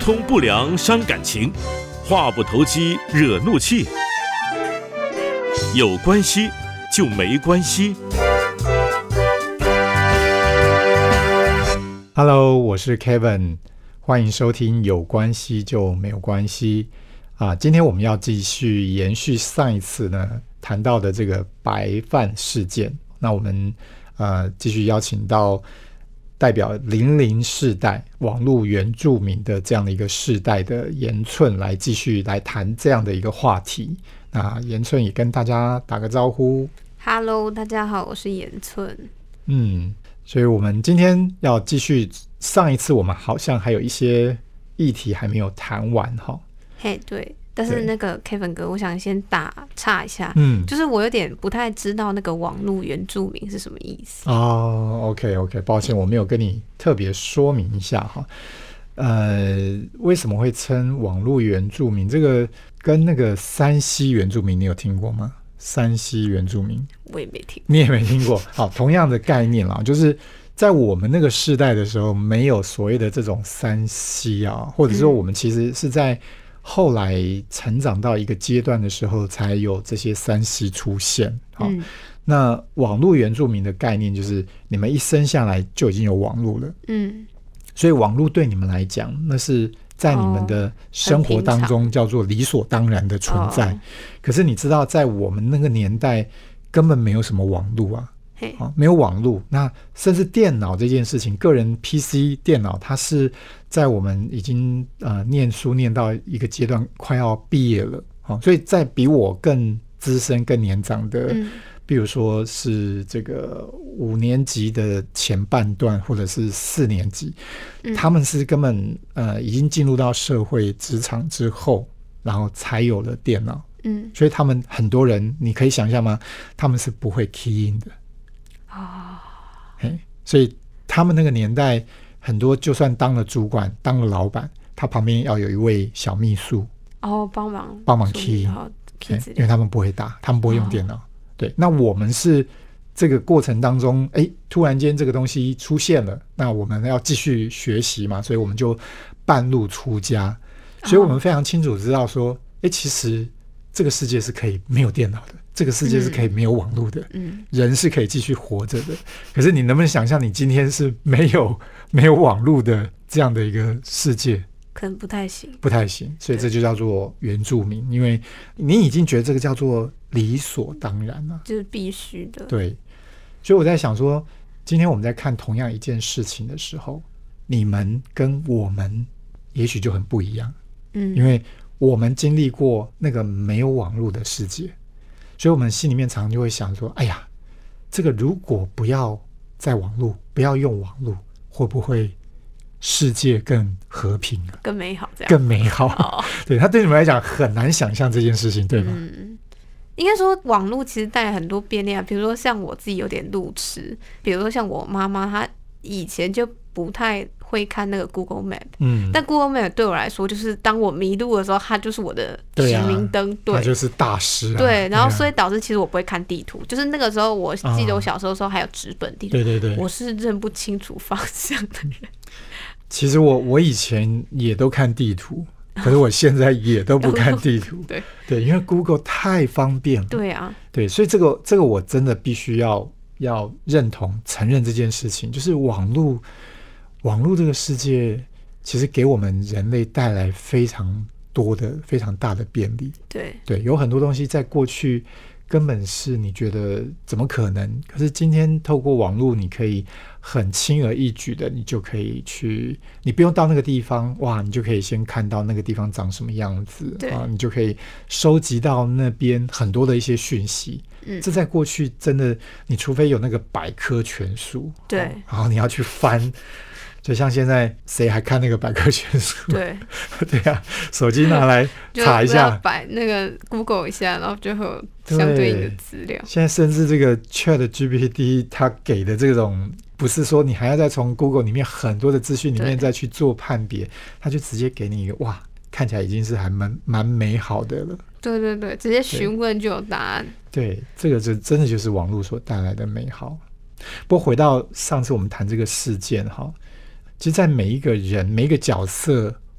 通不良伤感情，话不投机惹怒气。有关系就没关系。 Hello， 我是 Kevin， 欢迎收听有关系就没有关系今天我们要继续延续上一次呢谈到的这个白饭事件。那我们继续邀请到代表00世代网络原住民的这样的一个世代的延寸来继续来谈这样的一个话题。那延寸也跟大家打个招呼。 Hello， 大家好，我是延寸。 所以我们今天要继续，上一次我们好像还有一些议题还没有谈完哈。 对，但是那个 Kevin 哥，我想先打岔一下，就是我有点不太知道那个网络原住民是什么意思。 OK， 抱歉，我没有跟你特别说明一下哈。为什么会称网络原住民？这个跟那个山西原住民你有听过吗？山西原住民我也没听过。 你也没听过。好，同样的概念啦，就是在我们那个世代的时候没有所谓的这种山西或者说我们其实是在后来成长到一个阶段的时候才有这些山西出现。那网络原住民的概念就是你们一生下来就已经有网络了，所以网络对你们来讲那是在你们的生活当中叫做理所当然的存在。可是你知道在我们那个年代根本没有什么网络没有网络，那甚至电脑这件事情，个人 PC 电脑，它是在我们已经念书念到一个阶段快要毕业了所以在比我更资深更年长的比如说是这个5年级的前半段或者是4年级，他们是根本已经进入到社会职场之后，然后才有了电脑。所以他们很多人你可以想象吗？他们是不会 key in 的所以他们那个年代很多就算当了主管当了老板，他旁边要有一位小秘书帮忙 key in， 因为他们不会打，他们不会用电脑。对，那我们是这个过程当中突然间这个东西出现了，那我们要继续学习嘛，所以我们就半路出家。所以我们非常清楚知道说其实这个世界是可以没有电脑的，这个世界是可以没有网络的，人是可以继续活着的。可是你能不能想象你今天是没有网络的这样的一个世界？ 可能不太行， 所以这就叫做原住民，因为你已经觉得这个叫做理所当然了， 就是必须的。对， 所以我在想说，今天我们在看同样一件事情的时候，你们跟我们也许就很不一样，因为我们经历过那个没有网络的世界，所以我们心里面常常就会想说，哎呀，这个如果不要在网络，不要用网络，会不会世界更和平更美好，这样更美好对，他对你们来讲很难想象这件事情，对吗？ 应该说网络其实带来很多便利比如说像我自己有点路痴，比如说像我妈妈她以前就不太会看那个 Google Map，但 Google Map 对我来说就是当我迷路的时候，它就是我的指明灯， 它就是大师对，然后所以导致其实我不会看地图，就是那个时候我记得我小时候的时候还有纸本地图，对，我是认不清楚方向的人。 其实我以前也都看地图，可是我现在也都不看地图对，因为 Google 太方便了。对，所以这个我真的必须要认同承认这件事情，就是网络这个世界其实给我们人类带来非常多的非常大的便利。对，有很多东西在过去根本是你觉得怎么可能，可是今天透过网络你可以很轻而易举的，你就可以去，你不用到那个地方，哇，你就可以先看到那个地方长什么样子你就可以收集到那边很多的一些讯息。这在过去真的，你除非有那个百科全书，对，然后你要去翻，就像现在谁还看那个百科全书？对手机拿来查一下， 摆那个 Google 一下，然后就会有相对应的资料。 现在甚至这个 ChatGPT 它给的这种，不是说你还要再从 Google 里面很多的资讯里面再去做判别，它就直接给你一个哇，看起来已经是还蛮美好的了。 对，直接询问就有答案。 对，这个就真的就是网络所带来的美好。不过回到上次我们谈这个事件其实在每一个人每一个角色，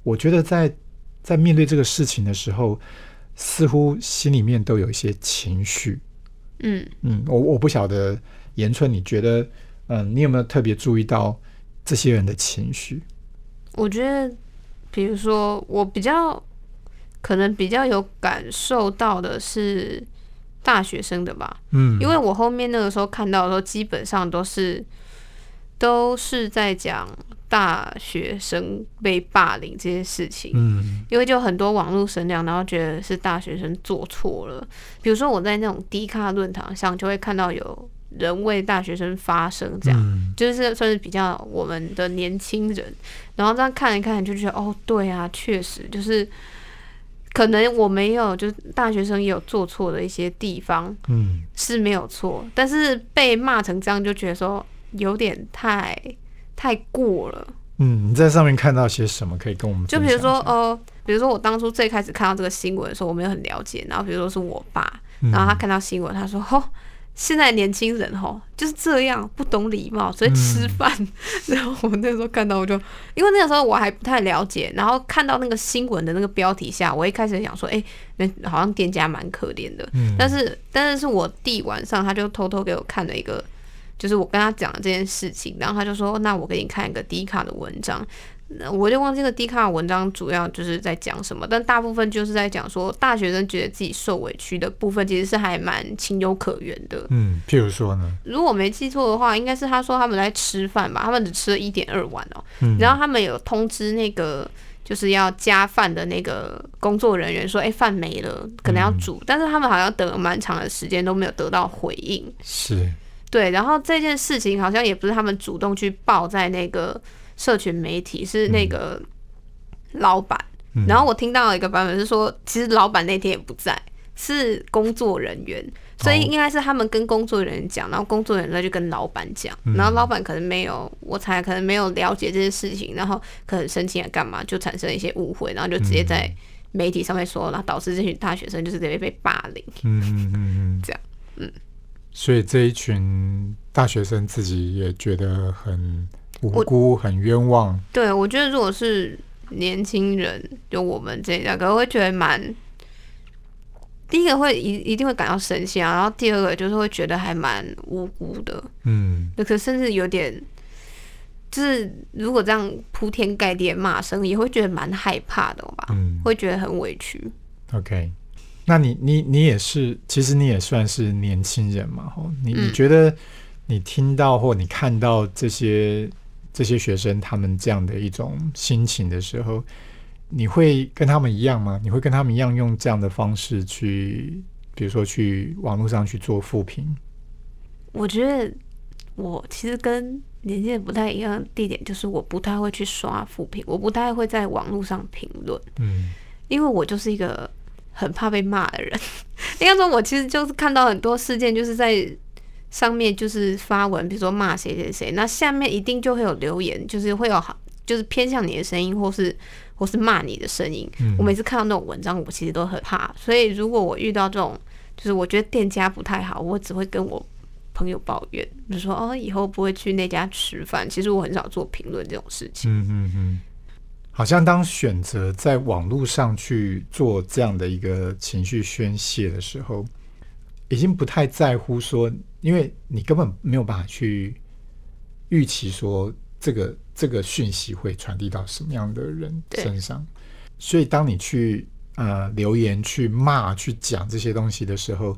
我觉得在面对这个事情的时候，似乎心里面都有一些情绪。我不晓得延春，你觉得你有没有特别注意到这些人的情绪？ 我觉得比如说我可能比较有感受到的是大学生的吧。因为我后面那个时候看到的时候，基本上都是在讲大学生被霸凌这件事情。因为就很多网络声量，然后觉得是大学生做错了。比如说我在那种 D 卡论坛上就会看到有人为大学生发声，这样就是算是比较我们的年轻人，然后这样看一看就觉得哦，对啊，确实就是可能我没有，就是大学生也有做错的一些地方，是没有错，但是被骂成这样就觉得说有点太过了。 你在上面看到些什么可以跟我们分享一下？ 就比如说我当初最开始看到这个新闻的时候，我没有很了解，然后比如说是我爸，然后他看到新闻，他说现在年轻人就是这样不懂礼貌，所以吃饭。然后我那时候看到，因为那个时候我还不太了解，然后看到那个新闻的那个标题下，我一开始想说，那好像店家蛮可怜的。但是我弟晚上他就偷偷给我看了一个，就是我跟他讲的这件事情，然后他就说，那我给你看一个 D 卡的文章。我就忘记这个 D 卡文章主要就是在讲什么，但大部分就是在讲说大学生觉得自己受委屈的部分其实是还蛮情有可原的。 譬如说呢， 如果我没记错的话，应该是他说他们在吃饭吧，他们只吃了 1.2 碗然后他们有通知那个就是要加饭的那个工作人员说饭没了，可能要煮，但是他们好像等了蛮长的时间都没有得到回应。 是， 对，然后这件事情好像也不是他们主动去报在那个社群媒体，是那个老板。然后我听到一个版本是说，其实老板那天也不在，是工作人员，所以应该是他们跟工作人员讲，然后工作人员再去跟老板讲，然后老板可能没有，我猜可能没有了解这件事情，然后可能生气了干嘛，就产生一些误会，然后就直接在媒体上面说，然后导致这群大学生就是直接被霸凌。这样。 所以这一群大学生自己也觉得很无辜，很冤枉。 对，我觉得如果是年轻人，就我们这一代，可能会觉得第一个会一定会感到生气啊，然后第二个就是会觉得还蛮无辜的。可甚至有点，就是如果这样铺天盖地的骂声，也会觉得蛮害怕的吧。会觉得很委屈。 OK。那你也是，其实你也算是年轻人嘛，你觉得你听到或你看到这些学生他们这样的一种心情的时候，你会跟他们一样吗？你会跟他们一样用这样的方式去，比如说去网络上去做负评？我觉得我其实跟年轻人不太一样的地点就是我不太会去刷负评，我不太会在网络上评论。因为我就是一个很怕被骂的人。应该说我其实就是看到很多事件就是在上面就是发文，比如说骂谁谁谁，那下面一定就会有留言，就是会有就是偏向你的声音或是骂你的声音。我每次看到那种文章我其实都很怕，所以如果我遇到这种就是我觉得店家不太好，我只会跟我朋友抱怨，比如说以后不会去那家吃饭。其实我很少做评论这种事情。 好像当选择在网络上去做这样的一个情绪宣泄的时候，已经不太在乎说，因为你根本没有办法去预期说这个讯息会传递到什么样的人身上，所以当你去留言去骂去讲这些东西的时候，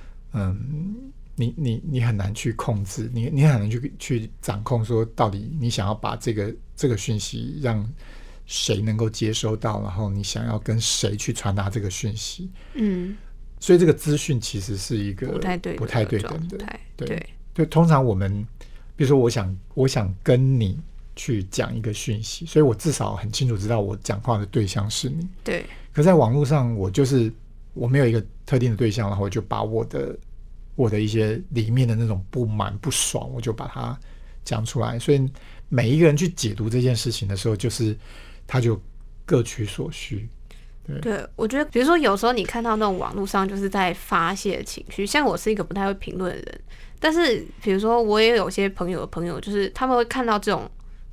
你很难去控制，你很难去掌控说到底你想要把这个讯息让谁能够接收到，然后你想要跟谁去传达这个讯息。所以这个资讯其实是一个不太对等的。对，通常我们比如说我想跟你去讲一个讯息，所以我至少很清楚知道我讲话的对象是你。 对。 可在网络上我没有一个特定的对象，然后我就把我的一些里面的那种不满不爽我就把它讲出来，所以每一个人去解读这件事情的时候，就是他就各取所需。 对，我觉得比如说有时候你看到那种网络上就是在发泄情绪，像我是一个不太会评论的人，但是比如说我也有些朋友就是他们会看到这种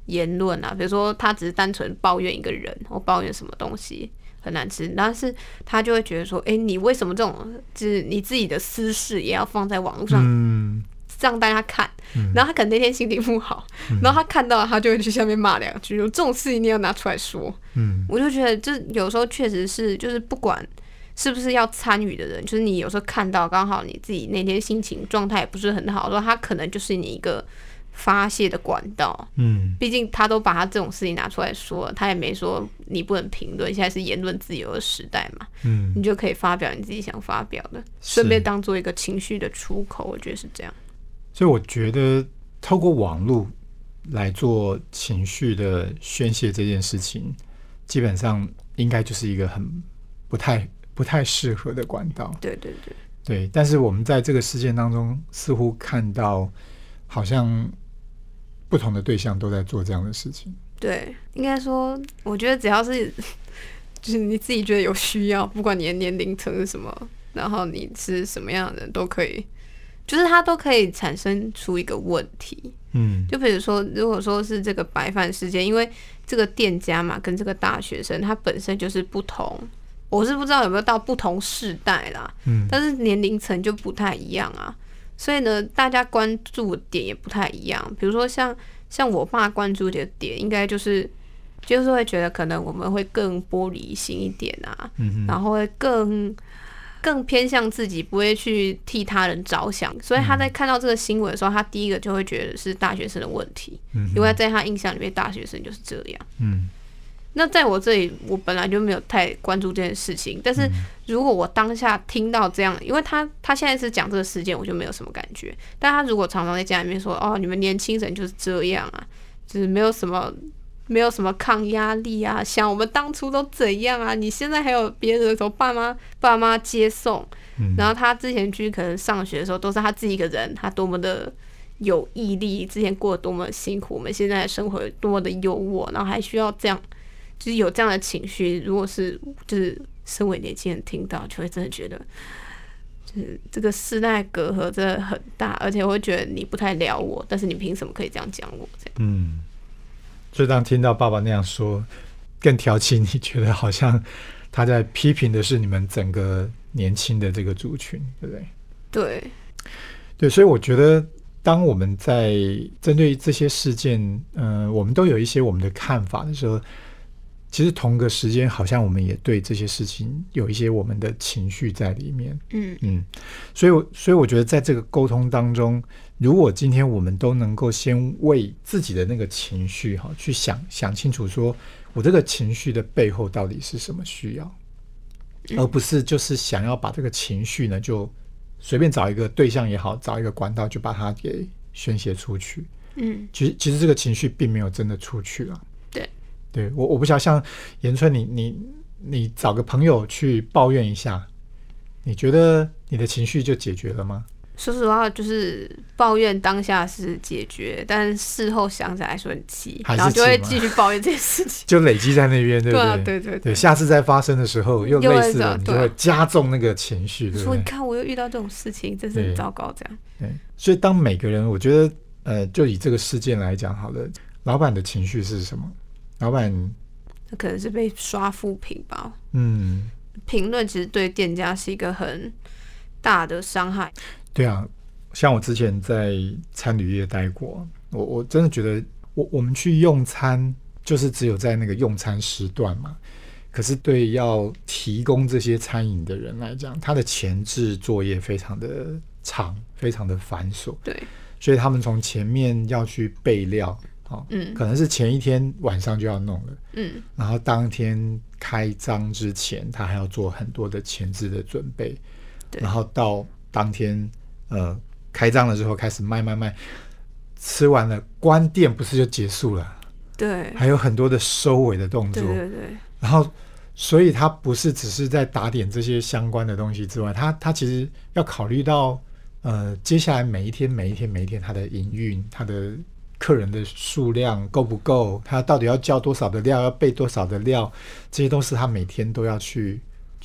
言论啊，比如说他只是单纯抱怨一个人，或抱怨什么东西很难吃，但是他就会觉得说，你为什么这种就是你自己的私事也要放在网络上，让大家看，然后他可能那天心情不好，然后他看到了，他就会去下面骂2句，这种事一定要拿出来说。我就觉得这有时候确实是，就是不管是不是要参与的人，就是你有时候看到刚好你自己那天心情状态也不是很好，说他可能就是你一个发泄的管道。毕竟他都把他这种事情拿出来说了，他也没说你不能评论，现在是言论自由的时代嘛。你就可以发表你自己想发表的，顺便当做一个情绪的出口，我觉得是这样。 所以我觉得透过网络来做情绪的宣泄这件事情，基本上应该就是一个很不太适合的管道。对，但是我们在这个事件当中似乎看到好像不同的对象都在做这样的事情。 对，应该说我觉得只要是就是你自己觉得有需要，不管你的年龄层是什么，然后你是什么样的人都可以，就是它都可以产生出一个问题。就比如说如果说是这个白饭事件，因为这个店家嘛跟这个大学生他本身就是不同，我是不知道有没有到不同世代啦，但是年龄层就不太一样啊，所以呢大家关注的点也不太一样。比如说像我爸关注的点应该就是会觉得可能我们会更玻璃心一点啊，然後会更偏向自己，不会去替他人着想，所以他在看到这个新闻的时候，他第一个就会觉得是大学生的问题，因为在他印象里面大学生就是这样。那在我这里我本来就没有太关注这件事情，但是如果我当下听到这样，因为他现在是讲这个事件，我就没有什么感觉，但他如果常常在家里面说你们年轻人就是这样啊，就是没有什么抗压力啊，想我们当初都怎样啊，你现在还有别人的时候爸妈接送，然后他之前去可能上学的时候都是他自己一个人，他多么的有毅力，之前过得多么辛苦，我们现在的生活多么的优渥，然后还需要这样，就是有这样的情绪，如果是就是身为年轻人听到，就会真的觉得就是这个世代隔阂真的很大，而且我会觉得你不太了我，但是你凭什么可以这样讲我这样。 所以当听到爸爸那样说，更挑起你觉得好像他在批评的是你们整个年轻的这个族群，对不对？对，所以我觉得当我们在针对这些事件我们都有一些我们的看法的时候，其实同个时间好像我们也对这些事情有一些我们的情绪在里面。所以我觉得在这个沟通当中，如果今天我们都能够先为自己的那个情绪去想清楚，说我这个情绪的背后到底是什么需要，而不是就是想要把这个情绪呢就随便找一个对象也好，找一个管道就把它给宣泄出去。其实这个情绪并没有真的出去了。对，我不晓得像延春你找个朋友去抱怨一下，你觉得你的情绪就解决了吗？ 说实话，就是抱怨当下是解决，但事后想起来说很气，然后就会继续抱怨这件事情， 就累积在那边，对不对？对，下次再发生的时候又类似的，你就会加重那个情绪，对不对？ 说你看我又遇到这种事情，真是很糟糕，这样。 对，所以当每个人，我觉得就以这个事件来讲好了，老板的情绪是什么？老板他可能是被刷负评吧。评论其实对店家是一个很大的伤害。 对啊，像我之前在餐旅业待过，我真的觉得我们去用餐就是只有在那个用餐时段嘛，可是对要提供这些餐饮的人来讲，他的前置作业非常的长，非常的繁琐。对，所以他们从前面要去备料。可能是前一天晚上就要弄了，然后当天开张之前他还要做很多的前置的准备，然后到当天开张了之后开始卖，吃完了关店不是就结束了，对，还有很多的收尾的动作，对，然后所以他不是只是在打点这些相关的东西之外，他其实要考虑到接下来每一天他的营运，他的客人的数量够不够，他到底要叫多少的料，要备多少的料，这些都是他每天都要去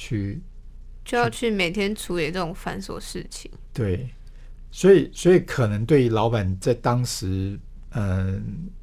每天处理这种繁琐事情。对， 所以可能对于老板在当时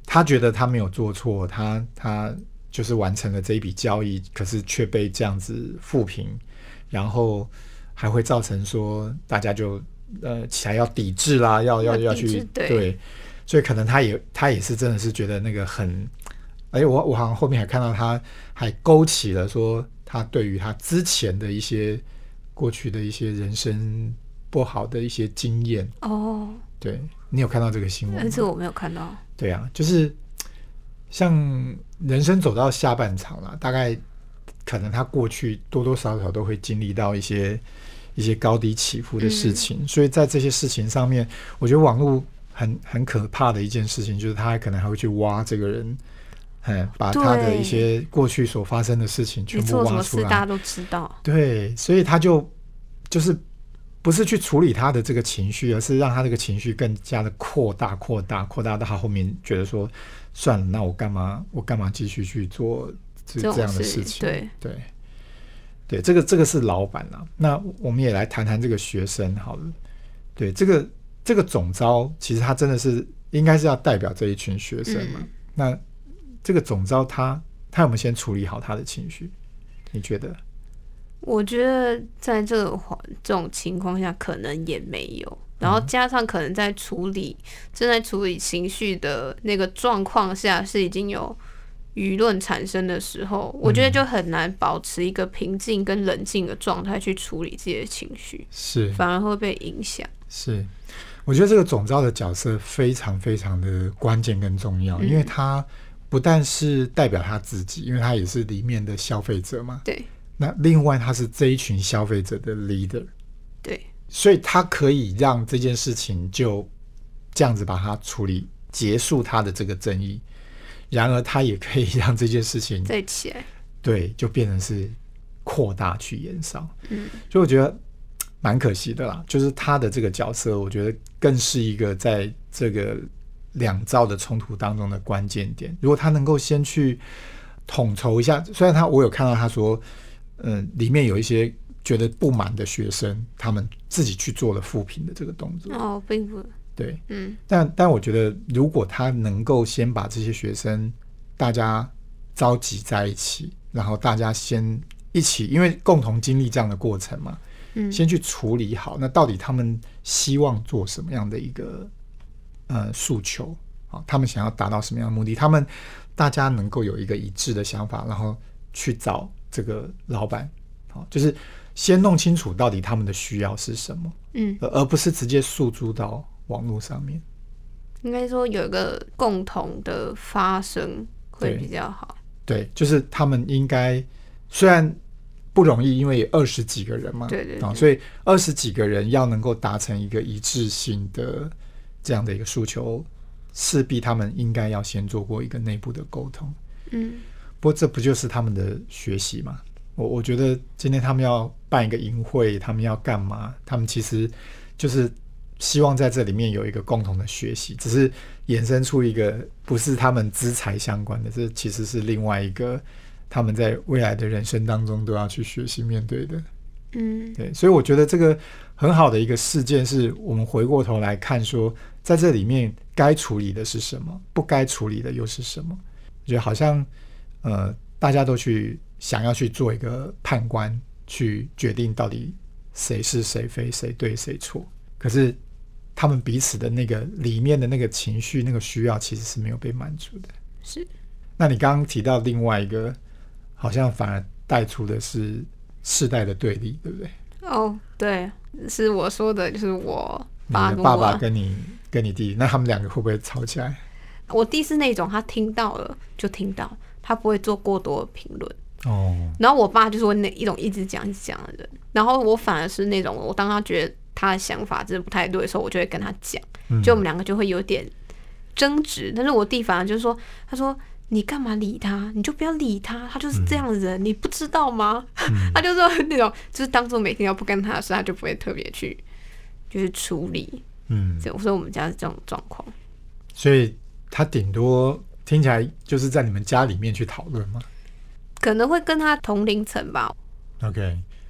他觉得他没有做错，他就是完成了这一笔交易，可是却被这样子负评，然后还会造成说大家就起来要抵制啦，要去对，所以可能他也是真的是觉得那个很，我好像后面还看到他还勾起了说他对于他之前的一些过去的一些人生不好的一些经验。哦，对，你有看到这个新闻吗？ 但是我没有看到。 对啊，就是像人生走到下半场啦，大概可能他过去多多少少都会经历到一些高低起伏的事情，所以在这些事情上面，我觉得网络很可怕的一件事情，就是他可能还会去挖这个人，把他的一些过去所发生的事情全部挖出来。 你做什么事大家都知道。 对，所以他就是不是去处理他的这个情绪，而是让他这个情绪更加的扩大到他后面觉得说，算了，那我干嘛继续去做这样的事情？对，这个是老板啦。那我们也来谈谈这个学生好了。对，这个总召其实他真的是应该是要代表这一群学生嘛。那这个总召他有没有先处理好他的情绪？你觉得？ 我觉得在这种情况下可能也没有，然后加上可能正在处理情绪的那个状况下是已经有舆论产生的时候，我觉得就很难保持一个平静跟冷静的状态去处理自己的情绪， 是反而会被影响。 是，我觉得这个总召的角色非常非常的关键跟重要，因为他不但是代表他自己，因为他也是里面的消费者嘛。 对。 那另外他是这一群消费者的 leader。 对。 所以他可以让这件事情就这样子把它处理结束他的这个争议，然而他也可以让这件事情再起来， 对，就变成是扩大去延烧。所以我觉得蛮可惜的啦，就是他的这个角色我觉得更是一个在这个两造的冲突当中的关键点。如果他能够先去统筹一下，虽然我有看到他说里面有一些觉得不满的学生，他们自己去做了负评的这个动作。 并不对，但我觉得如果他能够先把这些学生大家召集在一起，然后大家先一起，因为共同经历这样的过程嘛，先去处理好，那到底他们希望做什么样的一个诉求，他们想要达到什么样的目的，他们大家能够有一个一致的想法，然后去找这个老板，就是先弄清楚到底他们的需要是什么，而不是直接诉诸到网络上面。 应该说有一个共同的发声会比较好。 对，就是他们应该虽然不容易，因为有20几个人嘛，对，所以20几个人要能够达成一个一致性的这样的一个诉求，势必他们应该要先做过一个内部的沟通。不过这不就是他们的学习吗？我觉得今天他们要办一个营会，他们要干嘛？他们其实就是希望在这里面有一个共同的学习，只是衍生出一个不是他们资财相关的，这其实是另外一个他们在未来的人生当中都要去学习面对的。对，所以我觉得这个很好的一个事件是我们回过头来看说，在这里面该处理的是什么，不该处理的又是什么。我觉得好像大家都去想要去做一个判官，去决定到底谁是谁非，谁对谁错，可是他们彼此的那个里面的那个情绪那个需要其实是没有被满足的。 是。 那你刚刚提到另外一个好像反而带出的是世代的对立，对不对？ 对，是我说的，就是我爸跟我，你的爸爸跟你弟，那他们两个会不会吵起来？ 我弟是那种他听到了就听到，他不会做过多的评论。然后我爸就是那一种一直讲的人，然后我反而是那种我当他觉得他的想法真的不太对的时候，我就会跟他讲，就我们两个就会有点争执。但是我弟反而就是说，他说你干嘛理他？你就不要理他，他就是这样的人，你不知道吗？他就说那种就是当做每天要不跟他的事，他就不会特别去就是处理。所以我们家是这种状况。 所以他顶多听起来就是在你们家里面去讨论吗？ 可能会跟他同龄层吧。 OK，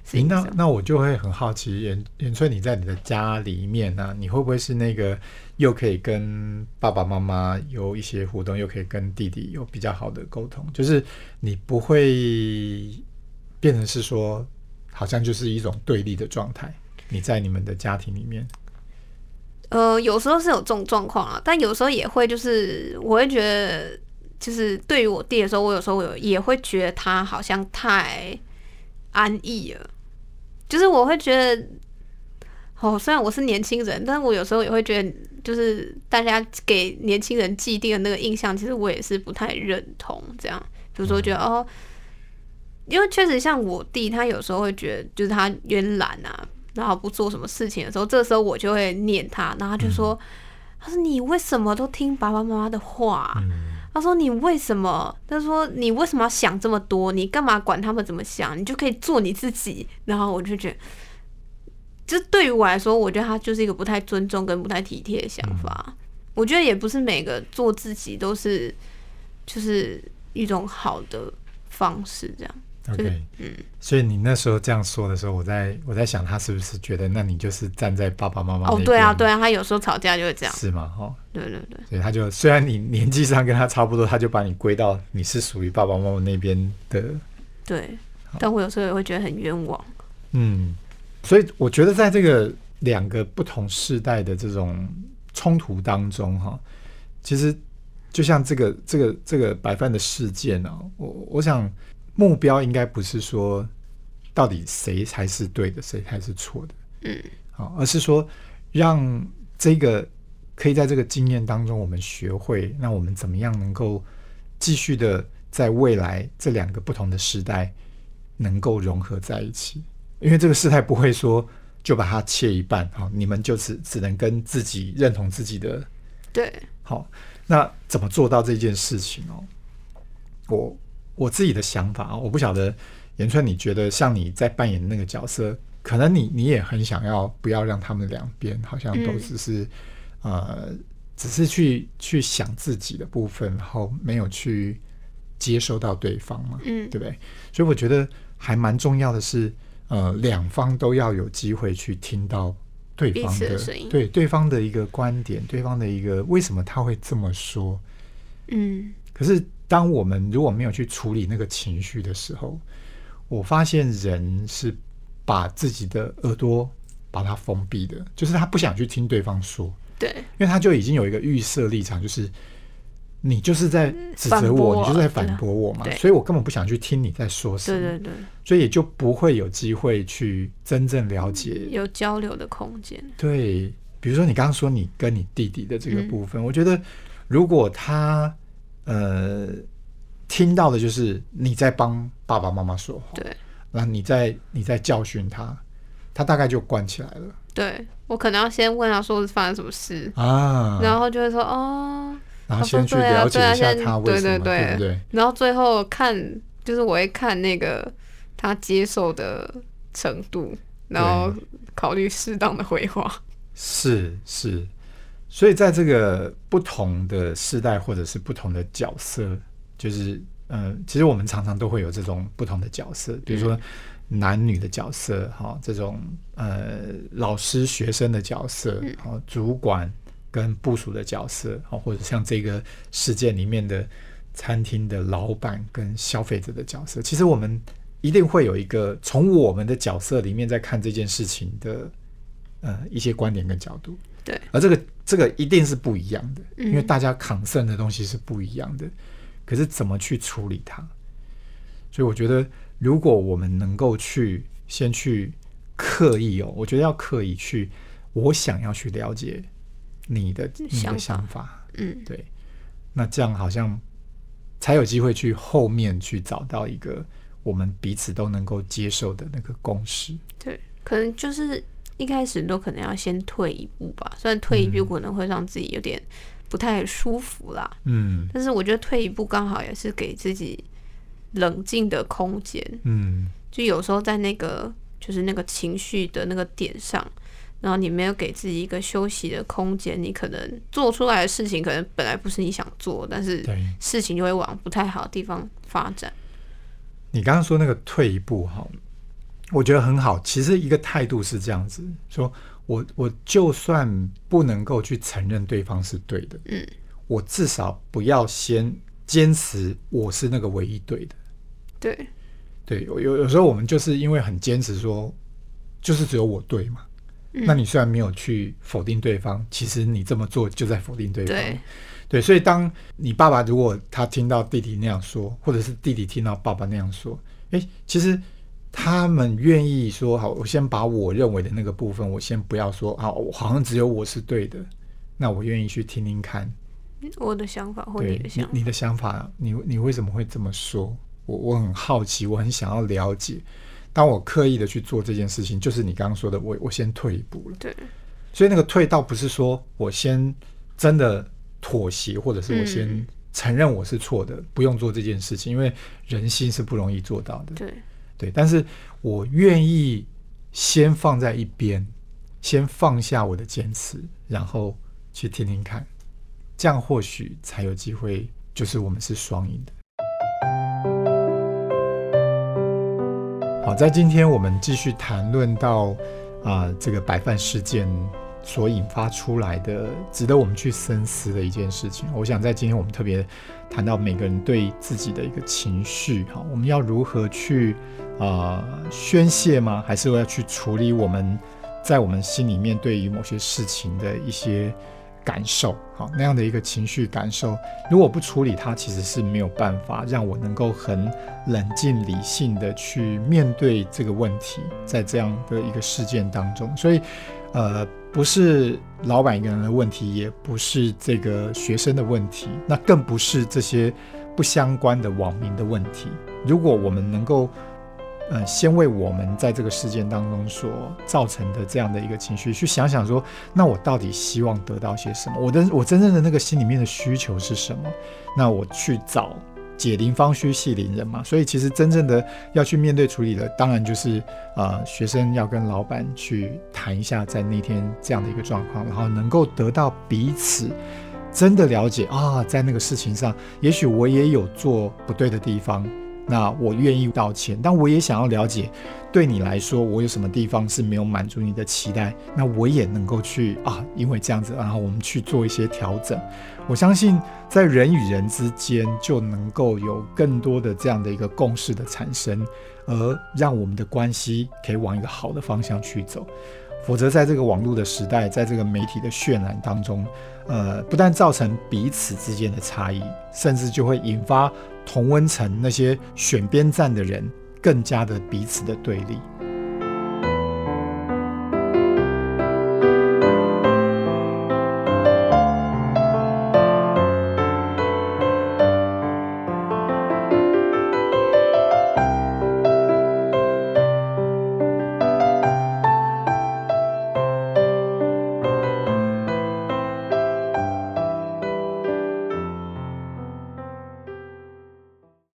事情上。 那我就会很好奇，延翠你在你的家里面呢、你会不会是那个又可以跟爸爸妈妈有一些互动，又可以跟弟弟有比较好的沟通？就是你不会变成是说，好像就是一种对立的状态。你在你们的家庭里面， 有时候是有这种状况啊，但有时候也会就是我会觉得，就是对于我弟的时候，我有时候也会觉得他好像太安逸了，就是我会觉得，虽然我是年轻人，但是我有时候也会觉得，就是大家给年轻人既定的那个印象，其实我也是不太认同。这样，比如说觉得因为确实像我弟，他有时候会觉得，就是他有点懒啊，然后不做什么事情的时候，这时候我就会念他，然后他就说：“他说你为什么都听爸爸妈妈的话？他说你为什么？他说你为什么要想这么多？你干嘛管他们怎么想？你就可以做你自己。”然后我就觉得，就对于我来说，我觉得他就是一个不太尊重跟不太体贴的想法。我觉得也不是每个做自己都是就是一种好的方式，这样。 OK， 所以你那时候这样说的时候，我在想，他是不是觉得，那你就是站在爸爸妈妈那边？ 对啊，他有时候吵架就会这样， 是吗？ 对， 所以他就虽然你年纪上跟他差不多，他就把你归到你是属于爸爸妈妈那边的。 对，但我有时候也会觉得很冤枉。 所以我觉得在这个两个不同世代的这种冲突当中，其实就像这个白饭的事件啊，我想。目标应该不是说到底谁才是对的，谁才是错的，而是说让这个可以在这个经验当中我们学会，那我们怎么样能够继续的在未来这两个不同的时代能够融合在一起，因为这个世代不会说就把它切一半，你们就只能跟自己认同自己的， 对， 好，那怎么做到这件事情我自己的想法，我不晓得延春，你觉得像你在扮演那个角色，可能你也很想要不要让他们两边好像都只是只是去想自己的部分，然后没有去接收到对方嘛，对不对？所以我觉得还蛮重要的是，两方都要有机会去听到对方的声音，对对方的一个观点，对方的一个为什么他会这么说，可是当我们如果没有去处理那个情绪的时候，我发现人是把自己的耳朵把它封闭的，就是他不想去听对方说，对，因为他就已经有一个预设立场，就是你就是在指责我，你就是在反驳我嘛，所以我根本不想去听你在说什么，对，所以也就不会有机会去真正了解， 有交流的空间。 对，比如说你刚刚说你跟你弟弟的这个部分，我觉得如果他听到的就是你在帮爸爸妈妈说话，对，然后你在教训他，他大概就关起来了。对， 我可能要先问他说是发生什么事啊，然后就会说然后先去了解一下他为什么，对不对？ 然后最后看，就是我会看那个他接受的程度，然后考虑适当的回话。 是。所以在这个不同的世代或者是不同的角色，就是其实我们常常都会有这种不同的角色，比如说男女的角色，这种老师学生的角色，主管跟部属的角色，或者像这个事件里面的餐厅的老板跟消费者的角色，其实我们一定会有一个从我们的角色里面在看这件事情的一些观点跟角度。对，而这个一定是不一样的，因为大家concern的东西是不一样的，可是怎么去处理它？所以我觉得，如果我们能够先去刻意我觉得要刻意去，我想要去了解你的想法，对，那这样好像才有机会去后面去找到一个我们彼此都能够接受的那个共识。 对，可能就是一开始都可能要先退一步吧，虽然退一步可能会让自己有点不太舒服啦，但是我觉得退一步刚好也是给自己冷静的空间，就有时候在那个就是那个情绪的那个点上，然后你没有给自己一个休息的空间，你可能做出来的事情可能本来不是你想做，但是事情就会往不太好的地方发展。 你刚刚说那个退一步， 我觉得很好。其实一个态度是这样子说，我就算不能够去承认对方是对的，我至少不要先坚持我是那个唯一对的。对，有时候我们就是因为很坚持说，就是只有我对嘛。那你虽然没有去否定对方，其实你这么做就在否定对方。对，所以当你爸爸如果他听到弟弟那样说，或者是弟弟听到爸爸那样说，其实他们愿意说好，我先把我认为的那个部分，我先不要说啊，好像只有我是对的，那我愿意去听听看我的想法或你的想法。 你的想法，你为什么会这么说？我很好奇，我很想要了解。当我刻意的去做这件事情，就是你刚刚说的，我先退一步了。 对， 所以那个退倒不是说我先真的妥协，或者是我先承认我是错的，不用做这件事情，因为人心是不容易做到的。对，但是我愿意先放在一边，先放下我的坚持，然后去听听看，这样或许才有机会，就是我们是双赢的。好，在今天我们继续谈论到这个白饭事件所引发出来的值得我们去深思的一件事情。我想在今天我们特别谈到每个人对自己的一个情绪，我们要如何去宣泄吗？还是要去处理我们在我们心里面对于某些事情的一些感受，那样的一个情绪感受，如果不处理它，其实是没有办法让我能够很冷静理性的去面对这个问题，在这样的一个事件当中。所以不是老板一个人的问题，也不是这个学生的问题，那更不是这些不相关的网民的问题。如果我们能够先为我们在这个事件当中所造成的这样的一个情绪去想想说，那我到底希望得到些什么，我真正的那个心里面的需求是什么，那我去找解铃方须系铃人嘛。所以其实真正的要去面对处理的，当然就是学生要跟老板去谈一下在那天这样的一个状况，然后能够得到彼此真的了解在那个事情上也许我也有做不对的地方，那我愿意道歉，但我也想要了解对你来说我有什么地方是没有满足你的期待，那我也能够去因为这样子，然后我们去做一些调整。我相信在人与人之间就能够有更多的这样的一个共识的产生，而让我们的关系可以往一个好的方向去走。否则在这个网络的时代，在这个媒体的渲染当中，不但造成彼此之间的差异，甚至就会引发同温层那些选边站的人更加的彼此的对立。